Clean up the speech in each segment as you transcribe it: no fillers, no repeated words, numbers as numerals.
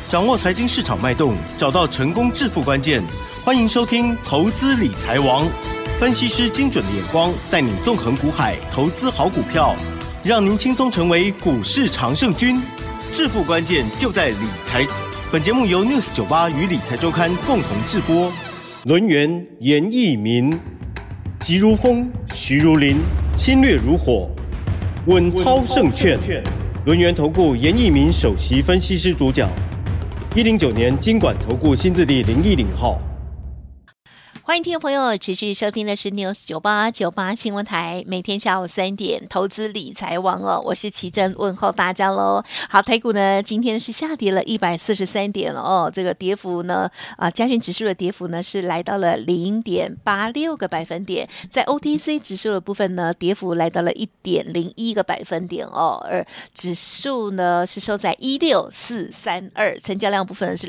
掌握财经市场脉动，找到成功致富关键。欢迎收听《投资理财王》，分析师精准的眼光，带你纵横股海，投资好股票，让您轻松成为股市常胜军。致富关键就在理财。本节目由 News98 与理财周刊共同制播。轮源严义民，急如风，徐如林，侵略如火，稳操胜券。轮源投顾严义民首席分析师主讲。109年金管投顾新字第010号。 欢迎听众朋友持续收听的是 News98 新闻台，每天下午3点投资理财王哦，我是奇珍，问候大家喽。好，台股呢今天是下跌了143点哦，这个跌幅呢加权指数的跌幅呢是来到了 0.86 个百分点，在 OTC 指数的部分呢跌幅来到了 1.01 个百分点哦，而指数呢是收在16432，成交量部分是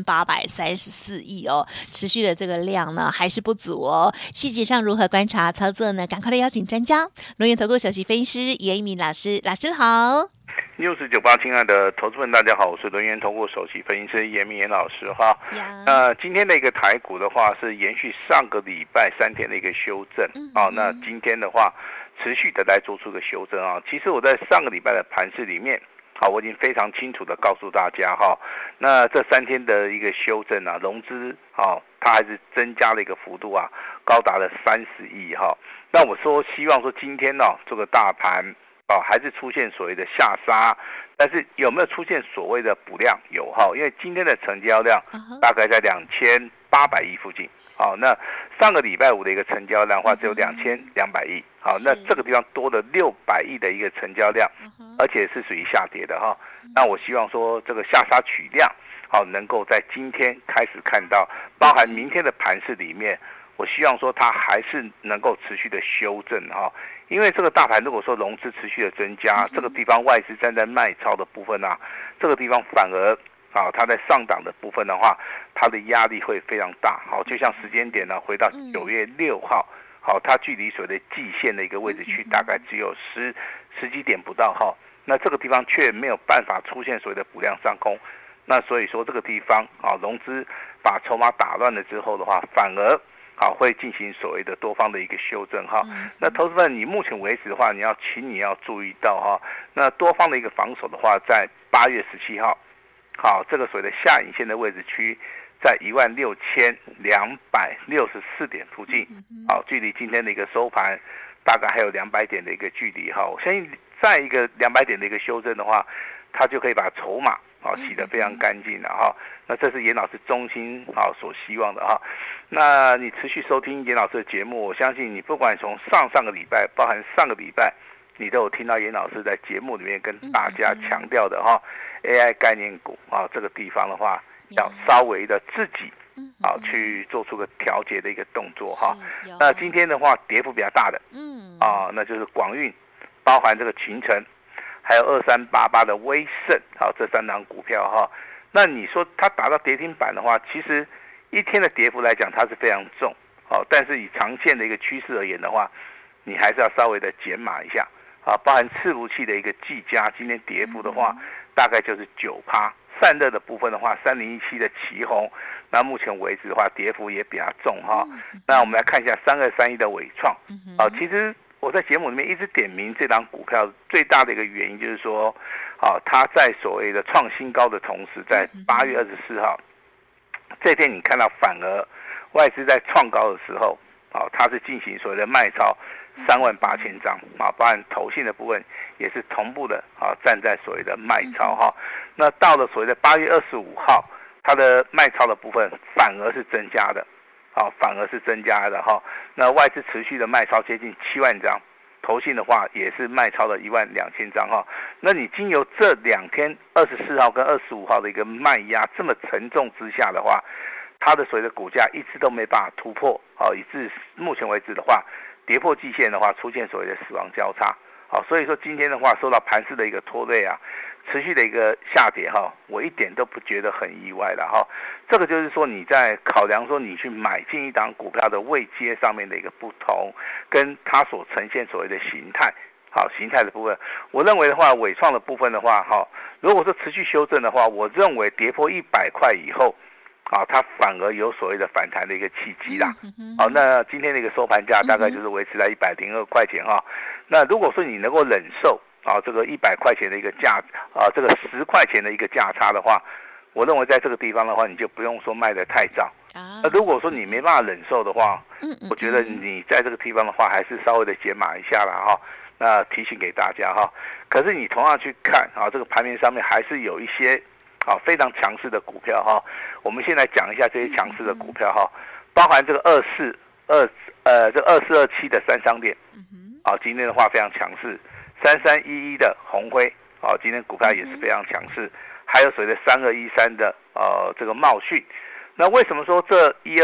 2834亿哦，持续的这个量呢还是不足哦，细节上如何观察操作呢？赶快来邀请专家，轮源投顾首席分析师严一鸣老师，老师好。 News98，亲爱的投资们，大家好，我是轮源投顾首席分析师严明老师哈。今天的一个台股的话是延续上个礼拜3天的一个修正那今天的话持续的来做出个修正啊。其实我在上个礼拜的盘势里面。好，我已经非常清楚的告诉大家哈，那这3天的一个修正啊，融资它还是增加了一个幅度啊，高达了30亿哈。那我说希望说今天这个大盘还是出现所谓的下杀，但是有没有出现所谓的补量？有哈，因为今天的成交量大概在2800亿附近。好，那上个礼拜五的一个成交量的话只有2200亿。好，那这个地方多了600亿的一个成交量，而且是属于下跌的哈。那我希望说这个下杀取量，能够在今天开始看到，包含明天的盘势里面，我希望说它还是能够持续的修正哈。因为这个大盘如果说融资持续的增加，这个地方外资站在卖超的部分这个地方反而它在上档的部分的话，它的压力会非常大。好，就像时间点呢，回到9月6号。好，它距离所谓的季线的一个位置区大概只有十几点不到哈，那这个地方却没有办法出现所谓的补量上攻，那所以说这个地方融资把筹码打乱了之后的话，反而会进行所谓的多方的一个修正哈。那投资人你目前为止的话，请你要注意到哈，那多方的一个防守的话，在8月17号，好，这个所谓的下影线的位置区。在16264点附近，好，距离今天的一个收盘大概还有200点的一个距离哈。我相信在一个200点的一个修正的话，它就可以把筹码洗得非常干净了哈。那这是严老师衷心所希望的哈。那你持续收听严老师的节目，我相信你不管从上个礼拜，包含上个礼拜，你都有听到严老师在节目里面跟大家强调的哈 ，AI 概念股这个地方的话。要稍微的自己去做出个调节的一个动作哈。那今天的话跌幅比较大的那就是广运，包含这个勤诚，还有2388的威盛，这3档股票哈。那你说它打到跌停板的话，其实一天的跌幅来讲它是非常重但是以长线的一个趋势而言的话，你还是要稍微的减码一下包含伺服器的一个技嘉，今天跌幅的话大概就是9%。散热的部分的话，3017的奇鋐，那目前为止的话，跌幅也比较重哈。那我们来看一下3231的伟创，其实我在节目里面一直点名这档股票最大的一个原因就是说，它在所谓的创新高的同时，在8月24号这天你看到反而外资在创高的时候，它是进行所谓的卖超38000张包含投信的部分也是同步的站在所谓的卖超哈。那到了所谓的8月25号，它的卖超的部分反而是增加的哈。那外资持续的卖超接近7万张，投信的话也是卖超了12000张哈。那你经由这2天24号跟25号的一个卖压这么沉重之下的话，它的所谓的股价一直都没办法突破以致目前为止的话，跌破季线的话出现所谓的死亡交叉所以说今天的话受到盘势的一个拖累持续的一个下跌我一点都不觉得很意外了这个就是说你在考量说你去买进一档股票的位阶上面的一个不同，跟它所呈现所谓的形态好，形态的部分，我认为的话，伟创的部分的话，如果说持续修正的话，我认为跌破100块以后，它反而有所谓的反弹的一个契机啦。好，那今天的一个收盘价大概就是维持在102块钱哈。那如果说你能够忍受这个100块钱的一个价这个10块钱的一个价差的话，我认为在这个地方的话，你就不用说卖得太早。那如果说你没办法忍受的话，我觉得你在这个地方的话，还是稍微的减码一下啦哈。那提醒给大家哈。可是你同样去看这个盘面上面还是有一些非常强势的股票哈。我们先来讲一下这些强势的股票哈，包含这个这2427的三商店，今天的话非常强势，3311的宏辉，今天股票也是非常强势，还有所谓的3213的这个茂讯。那为什么说这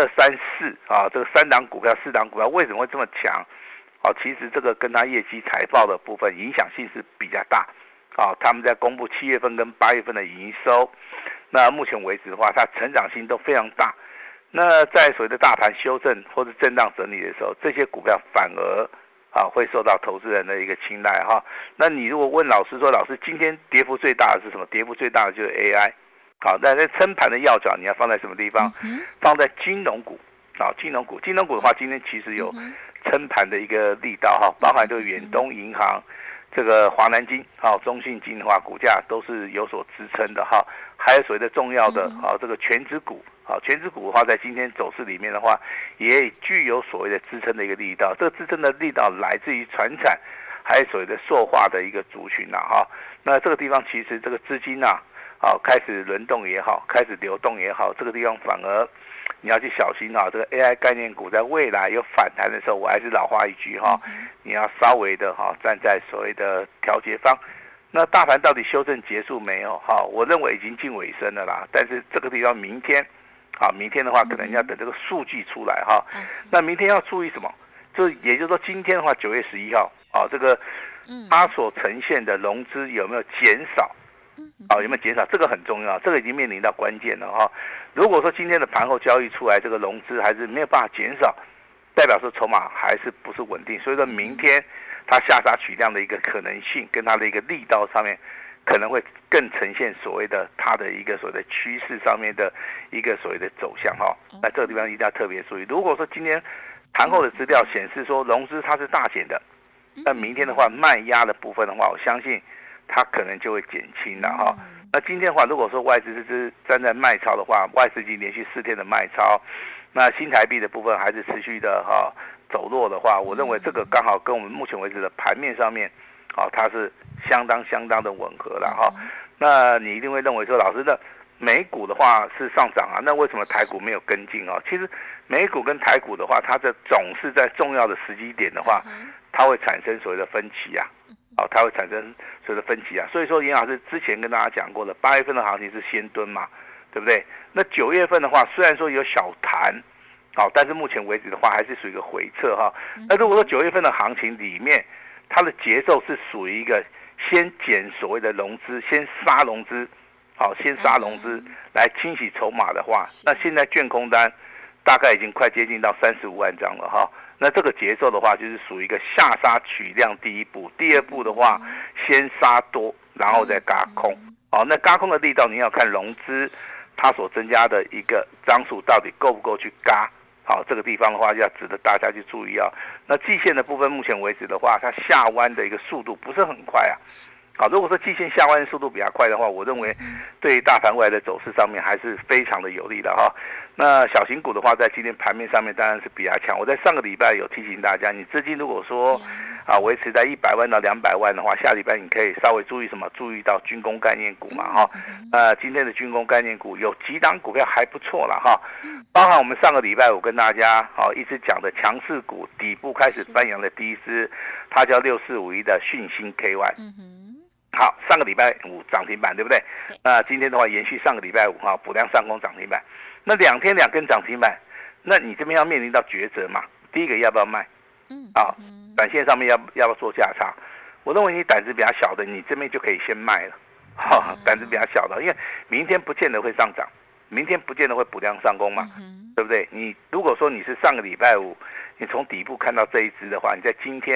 1、2、3、4这个4档股票为什么会这么强？其实这个跟它业绩财报的部分影响性是比较大。他们在公布7月份跟8月份的营收，那目前为止的话，它成长性都非常大。那在所谓的大盘修正或者震荡整理的时候，这些股票反而会受到投资人的一个青睐哈。那你如果问老师说，老师今天跌幅最大的是什么？跌幅最大的就是 AI。好，那在撑盘的要角你要放在什么地方？放在金融股。金融股的话，今天其实有撑盘的一个力道哈，包含这个远东银行、这个华南金、中信金的话，股价都是有所支撑的哈。还有所谓的重要的这个全指股，全指股的话，在今天走势里面的话，也具有所谓的支撑的一个力道。这个支撑的力道来自于传产，还有所谓的塑化的一个族群哈。那这个地方其实这个资金开始轮动也好，开始流动也好，这个地方反而你要去小心这个 AI 概念股在未来有反弹的时候，我还是老话一句你要稍微的站在所谓的调节方。那大盘到底修正结束没有？我认为已经近尾声了啦。但是这个地方明天的话可能要等这个数据出来那明天要注意什么？也就是说今天的话9月11号这个它所呈现的融资有没有减少？有没有减少？这个很重要，这个已经面临到关键了如果说今天的盘后交易出来，这个融资还是没有办法减少，代表说筹码还是不是稳定，所以说明天它下杀取量的一个可能性跟它的一个力道上面，可能会更呈现所谓的它的一个所谓的趋势上面的一个所谓的走向那这个地方一定要特别注意。如果说今天盘后的资料显示说融资它是大减的，那明天的话卖压的部分的话，我相信它可能就会减轻了那今天的话，如果说外资是站在卖超的话，外资已经连续4天的卖超，那新台币的部分还是持续的走弱的话，我认为这个刚好跟我们目前为止的盘面上面它是相当的吻合了那你一定会认为说，老师的美股的话是上涨那为什么台股没有跟进其实美股跟台股的话，它总是在重要的时机点的话，它会产生所谓的分歧它会产生所谓的分歧所以说严老师之前跟大家讲过了，8月份的行情是先蹲嘛，对不对？那9月份的话，虽然说有小弹但是目前为止的话还是属于一个回撤那如果说9月份的行情里面，它的节奏是属于一个先减所谓的融资，先杀融资来清洗筹码的话，那现在券空单大概已经快接近到35万张了那这个节奏的话，就是属于一个下杀取量第一步，第二步的话，先杀多，然后再軋空。那軋空的力道，你要看融资它所增加的一个张数到底够不够去軋。这个地方的话，要值得大家去注意那季线的部分，目前为止的话，它下弯的一个速度不是很快如果说季线下弯的速度比较快的话，我认为对大盘未来的走势上面还是非常的有利的那小型股的话，在今天盘面上面当然是比较强。我在上个礼拜有提醒大家，你资金如果说维持在100万到200万的话，下礼拜你可以稍微注意什么？注意到军工概念股嘛今天的军工概念股有几档股票还不错了包含我们上个礼拜我跟大家一直讲的强势股底部开始翻扬的第一支，它叫6451的讯芯 KY。好，上个礼拜五涨停板，对不对？今天的话延续上个礼拜五补量上攻涨停板。那2天2根涨停板，那你这边要面临到抉择嘛？第一个要不要卖？短线上面要不要做价差？我认为你胆子比较小的，你这边就可以先卖了。胆子比较小的，因为明天不见得会上涨，明天不见得会补量上攻嘛，对不对？你如果说你是上个礼拜五，你从底部看到这一支的话，你在今天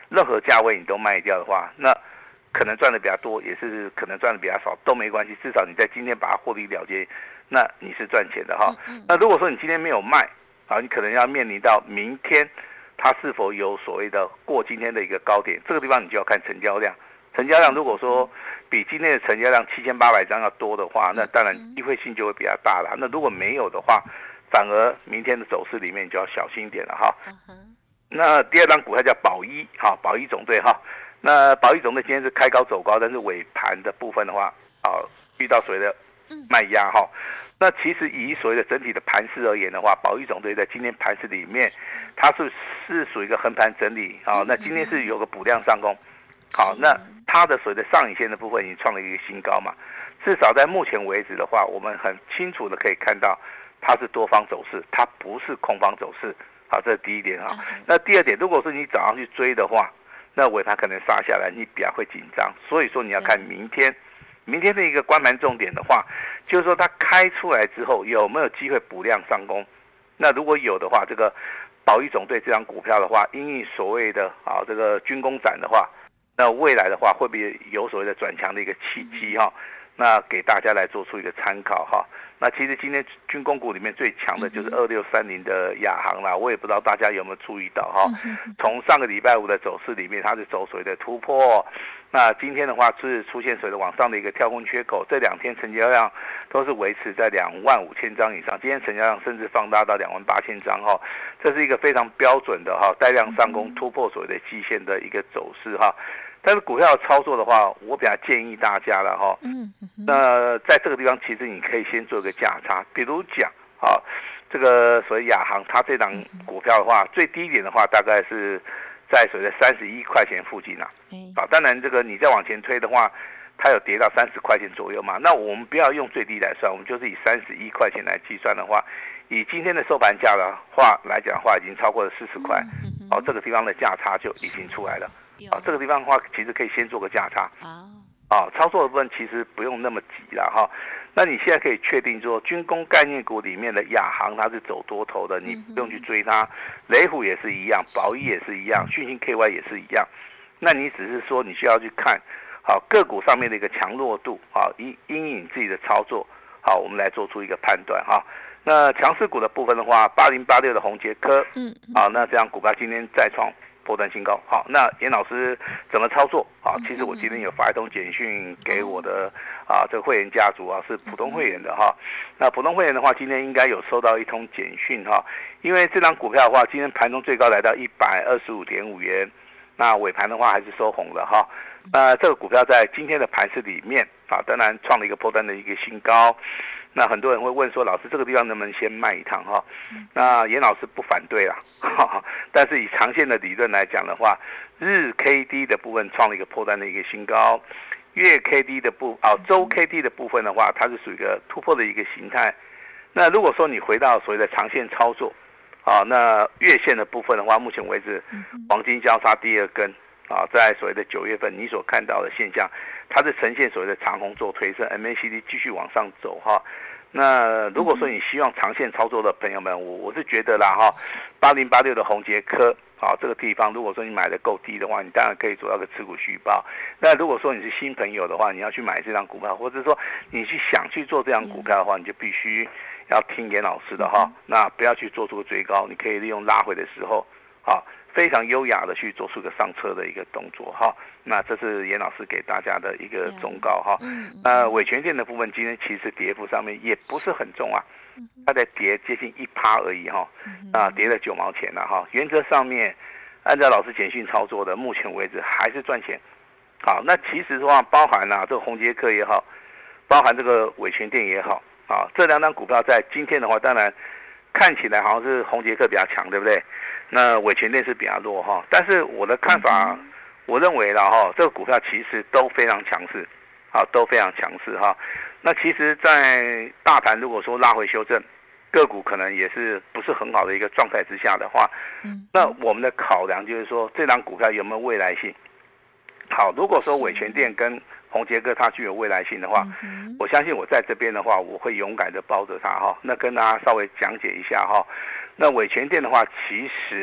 任何价位你都卖掉的话，那可能赚的比较多，也是可能赚的比较少，都没关系，至少你在今天把它获利了结，那你是赚钱的哈。那如果说你今天没有卖，你可能要面临到明天它是否有所谓的过今天的一个高点，这个地方你就要看成交量。成交量如果说比今天的成交量7800张要多的话，那当然机会性就会比较大了。那如果没有的话，反而明天的走势里面你就要小心一点了哈。那第二张股票叫宝一，宝一总队哈。那宝一总队今天是开高走高，但是尾盘的部分的话，遇到所谓的卖压哈。那其实以所谓的整体的盘势而言的话，宝一总队在今天盘势里面，它是属于一个横盘整理啊。那今天是有个补量上攻，好，那它的所谓的上影线的部分已经创了一个新高嘛。至少在目前为止的话，我们很清楚的可以看到，它是多方走势，它不是空方走势。好，这是第一点哈。那第二点，如果说你早上去追的话，那尾盘可能杀下来，你比较会紧张。所以说你要看明天的一个关盘重点的话，就是说它开出来之后有没有机会补量上攻。那如果有的话，这个宝一总队这张股票的话，因应所谓的这个军工展的话，那未来的话会不会有所谓的转强的一个契机哈？那给大家来做出一个参考哈。那其实今天军工股里面最强的就是2630的亚航啦，我也不知道大家有没有注意到哈。从上个礼拜五的走势里面，它是走所谓的突破，那今天的话是出现所谓的往上的一个跳空缺口，这2天成交量都是维持在25000张以上，今天成交量甚至放大到28000张哈，这是一个非常标准的带量上攻突破所谓的季线的一个走势哈。但是股票操作的话，我比较建议大家了哈。那在这个地方，其实你可以先做一个价差，比如讲这个所谓亚航，它这档股票的话，最低点的话大概是在所谓的31块钱附近啊。当然这个你再往前推的话，它有跌到30块钱左右嘛。那我们不要用最低来算，我们就是以31块钱来计算的话，以今天的收盘价的话来讲的话，已经超过了40块。这个地方的价差就已经出来了。这个地方的话，其实可以先做个价差。操作的部分其实不用那么急了哈。那你现在可以确定说，军工概念股里面的亚航它是走多头的，你不用去追它。雷虎也是一样，宝一也是一样，讯星 KY 也是一样。那你只是说你需要去看个股上面的一个强弱度因应你自己的操作我们来做出一个判断哈。那强势股的部分的话，8086的宏捷科那这样股票今天再创波段新高。好，那严老师怎么操作其实我今天有发一通简讯给我的这个会员家族是普通会员的哈。那普通会员的话，今天应该有收到一通简讯哈。因为这张股票的话，今天盘中最高来到125.5元，那尾盘的话还是收红了哈。这个股票在今天的盘势里面当然创了一个波段的一个新高。那很多人会问说，老师这个地方能不能先卖一趟哈？那严老师不反对啦，但是以长线的理论来讲的话，日 K D 的部分创了一个波段的一个新高，月 K D 的周 K D 的部分的话，它是属于一个突破的一个形态。那如果说你回到所谓的长线操作那月线的部分的话，目前为止黄金交叉第二根在所谓的9月份你所看到的现象，它是呈现所谓的长红做推升 ，MACD 继续往上走哈。那如果说你希望长线操作的朋友们，我是觉得啦8086的宏捷科这个地方，如果说你买的够低的话，你当然可以做到个持股续报。那如果说你是新朋友的话，你要去买这张股票，或者说你想去做这张股票的话，你就必须要听严老师的哈。那不要去做出个追高，你可以利用拉回的时候非常优雅的去做出个上车的一个动作哈。那这是严老师给大家的一个忠告哈。伟权店的部分今天其实跌幅上面也不是很重它在跌接近1%而已哈。跌了9毛钱了哈。原则上面按照老师简讯操作的，目前为止还是赚钱。好，那其实的话，包含这个宏捷科也好，包含这个伟权店也好这两档股票在今天的话，当然看起来好像是宏捷科比较强，对不对？那伟权店是比较弱哈。但是我的看法，我认为这个股票其实都非常强势都非常强势哈。那其实在大盘如果说拉回修正，个股可能也是不是很好的一个状态之下的话，那我们的考量就是说这档股票有没有未来性。好，如果说伟权店跟宏捷科它具有未来性的话，我相信我在这边的话，我会勇敢的抱着它哈。那跟大家稍微讲解一下哈。那伟权店的话，其实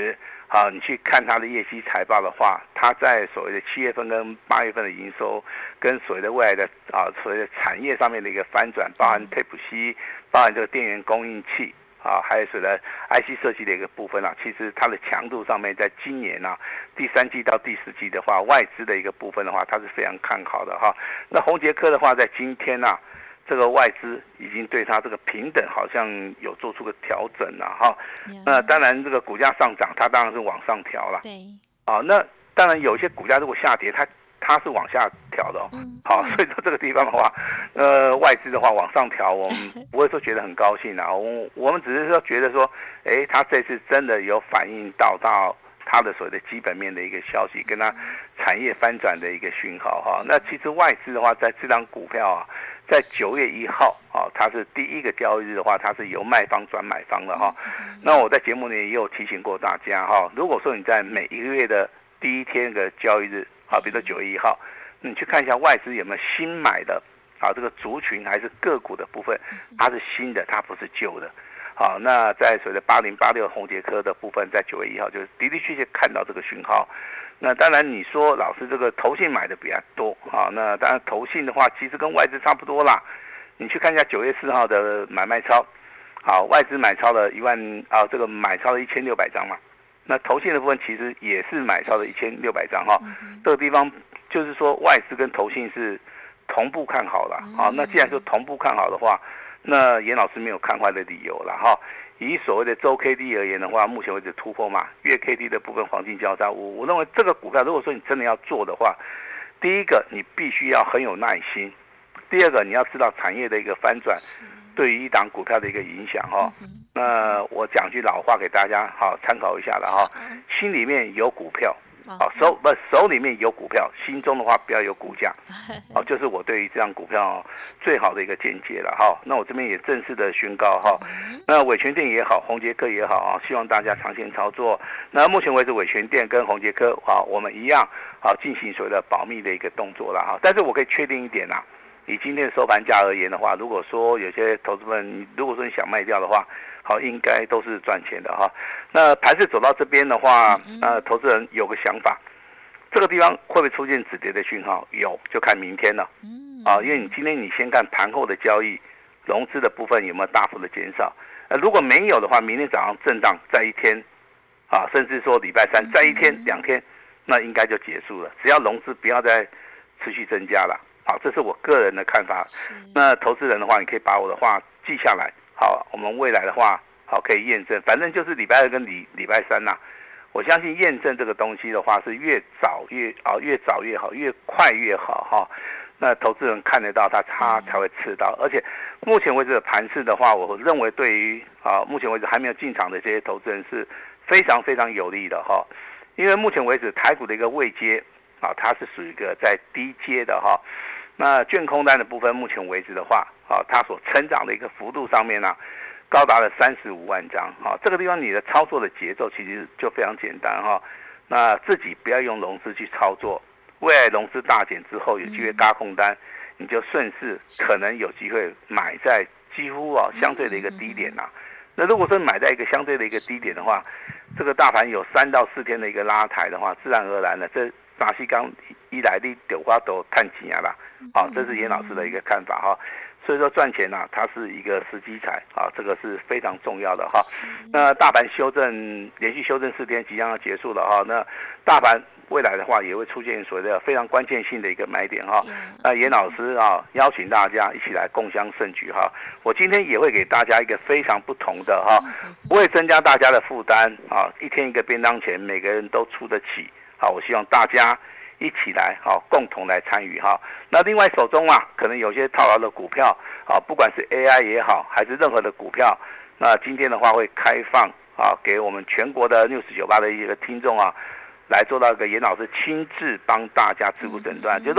好，你去看它的业绩财报的话，它在所谓的7月份跟8月份的营收，跟所谓的未来的所谓的产业上面的一个翻转，包含Type-C，包含这个电源供应器还有所谓的 IC 设计的一个部分其实它的强度上面，在今年第3季到第4季的话，外资的一个部分的话，它是非常看好的那宏捷科的话，在今天这个外资已经对它这个平等好像有做出个调整那当然这个股价上涨，它当然是往上调了。 对。 那当然有些股价如果下跌，它是往下调的所以说这个地方的话，外资的话往上调，我们不会说觉得很高兴我们只是说觉得说，它这次真的有反映到它的所谓的基本面的一个消息，跟它产业翻转的一个讯号那其实外资的话，在这张股票在9月1号它是第一个交易日的话，它是由卖方转买方的那我在节目里也有提醒过大家如果说你在每一个月的第一天的交易日比如说9月1号，你去看一下外资有没有新买的这个族群还是个股的部分，它是新的，它不是旧的。那在所谓的8086宏捷科的部分，在9月1号就是的的确确看到这个讯号。那当然你说老师这个投信买的比较多那当然投信的话其实跟外资差不多啦。你去看一下9月4号的买卖超，外资买超了这个买超了1600张嘛。那投信的部分其实也是买超了1600张这个地方就是说外资跟投信是同步看好了那既然说同步看好的话，那严老师没有看坏的理由了以所谓的周 K D 而言的话，目前为止突破嘛，月 K D 的部分黄金交叉，我认为这个股票如果说你真的要做的话，第一个你必须要很有耐心，第二个你要知道产业的一个翻转对于一档股票的一个影响那我讲句老话给大家参考一下了心里面有股票手里面有股票，心中的话不要有股价就是我对于这张股票最好的一个见解了那我这边也正式的宣告那伟全电也好，宏捷科也好希望大家长线操作。那目前为止伟全电跟宏捷科我们一样进行所谓的保密的一个动作了但是我可以确定一点以今天的收盘价而言的话，如果说有些投资们如果说你想卖掉的话应该都是赚钱的那盘势走到这边的话投资人有个想法，这个地方会不会出现止跌的讯号？有，就看明天了因为你今天你先看盘后的交易融资的部分有没有大幅的减少如果没有的话，明天早上震荡再一天甚至说礼拜三再一天2天，那应该就结束了，只要融资不要再持续增加了这是我个人的看法。那投资人的话，你可以把我的话记下来我们未来的话可以验证，反正就是礼拜2跟礼拜3我相信验证这个东西的话是越早越好，越快越好那投资人看得到他才会吃到。而且目前为止的盘势的话，我认为对于目前为止还没有进场的这些投资人是非常非常有利的因为目前为止台股的一个位阶它是属于一个在低阶的那券空单的部分，目前为止的话它所成长的一个幅度上面高达了35万张这个地方你的操作的节奏其实就非常简单那自己不要用融资去操作，未来融资大减之后有机会軋空单，你就顺势可能有机会买在几乎相对的一个低点那如果说买在一个相对的一个低点的话，这个大盘有3到4天的一个拉抬的话，自然而然的这大西刚一来你丢花都看钱啦这是严老师的一个看法所以说赚钱它是一个时机财这个是非常重要的那大盘修正连续修正4天即将要结束了那大盘未来的话也会出现所谓的非常关键性的一个买点那严老师邀请大家一起来共襄盛举我今天也会给大家一个非常不同的不会增加大家的负担一天一个便当钱每个人都出得起我希望大家一起来共同来参与那另外手中可能有些套牢的股票不管是 AI 也好还是任何的股票，那今天的话会开放给我们全国的News98的一个听众来做到一个严老师亲自帮大家持股诊断就是说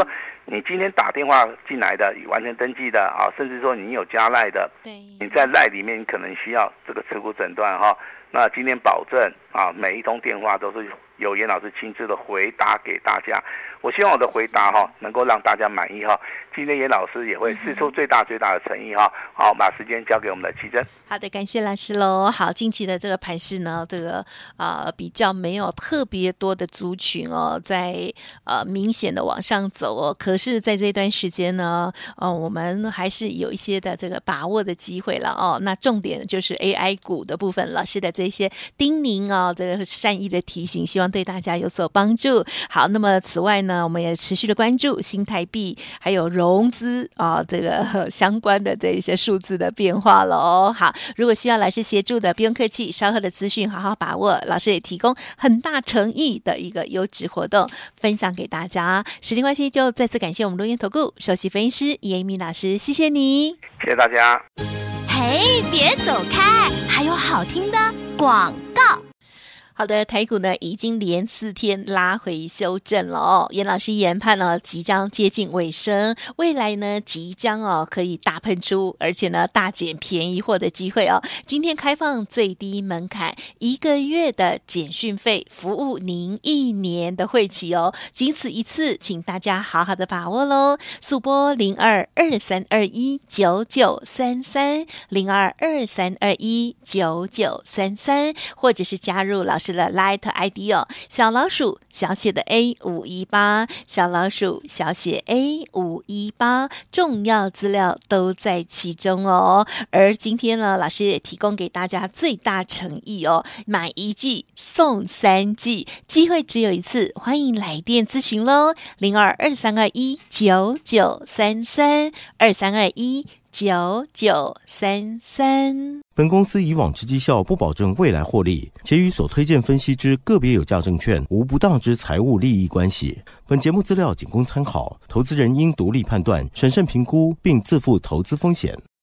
你今天打电话进来的，完成登记的啊，甚至说你有加赖的， 对， 你在赖里面可能需要这个持股诊断哈。那今天保证啊，每一通电话都是由严老师亲自的回答给大家。我希望我的回答哈能够让大家满意哈。今天严老师也会释出最大的诚意哈。好，把时间交给我们的奇珍。 好的，感谢老师喽。好，近期的这个盘势呢，这个比较没有特别多的族群哦，在明显的往上走哦。可是，在这段时间呢，我们还是有一些的这个把握的机会了哦。那重点就是 AI 股的部分，老师的这些叮咛哦，这个善意的提醒，希望对大家有所帮助。好，那么此外呢，我们也持续的关注新台币还有融资这个相关的这一些数字的变化了哦。好，如果需要老师协助的，不用客气，稍后的资讯好好把握。老师也提供很大诚意的一个优质活动分享给大家。时间关系，就再次感谢我们录音投顾首席分析师严一鸣老师，谢谢你， 谢谢大家。 嘿，别走开，还有好听的广告。 好的，台股呢已经连4天拉回修正了哦。严老师研判呢即将接近尾声，未来呢即将可以大喷出，而且呢大捡便宜货的机会哦。今天开放最低门槛1个月的简讯费，服务您1年的会期哦，仅此一次，请大家好好的把握喽。速拨0223219933 0223219933，或者是加入老师的 Light ID 哦，小老鼠小写的 A518， 小老鼠小写 A518， 重要资料都在其中哦。而今天呢，老师也提供给大家最大诚意哦，买1季送3季，机会只有一次，欢迎来电咨询咯。0223219933 23219933。 本公司以往之绩效不保证未来获利，且与所推荐分析之个别有价证券无不当之财务利益关系。本节目资料仅供参考，投资人应独立判断、审慎评估，并自负投资风险。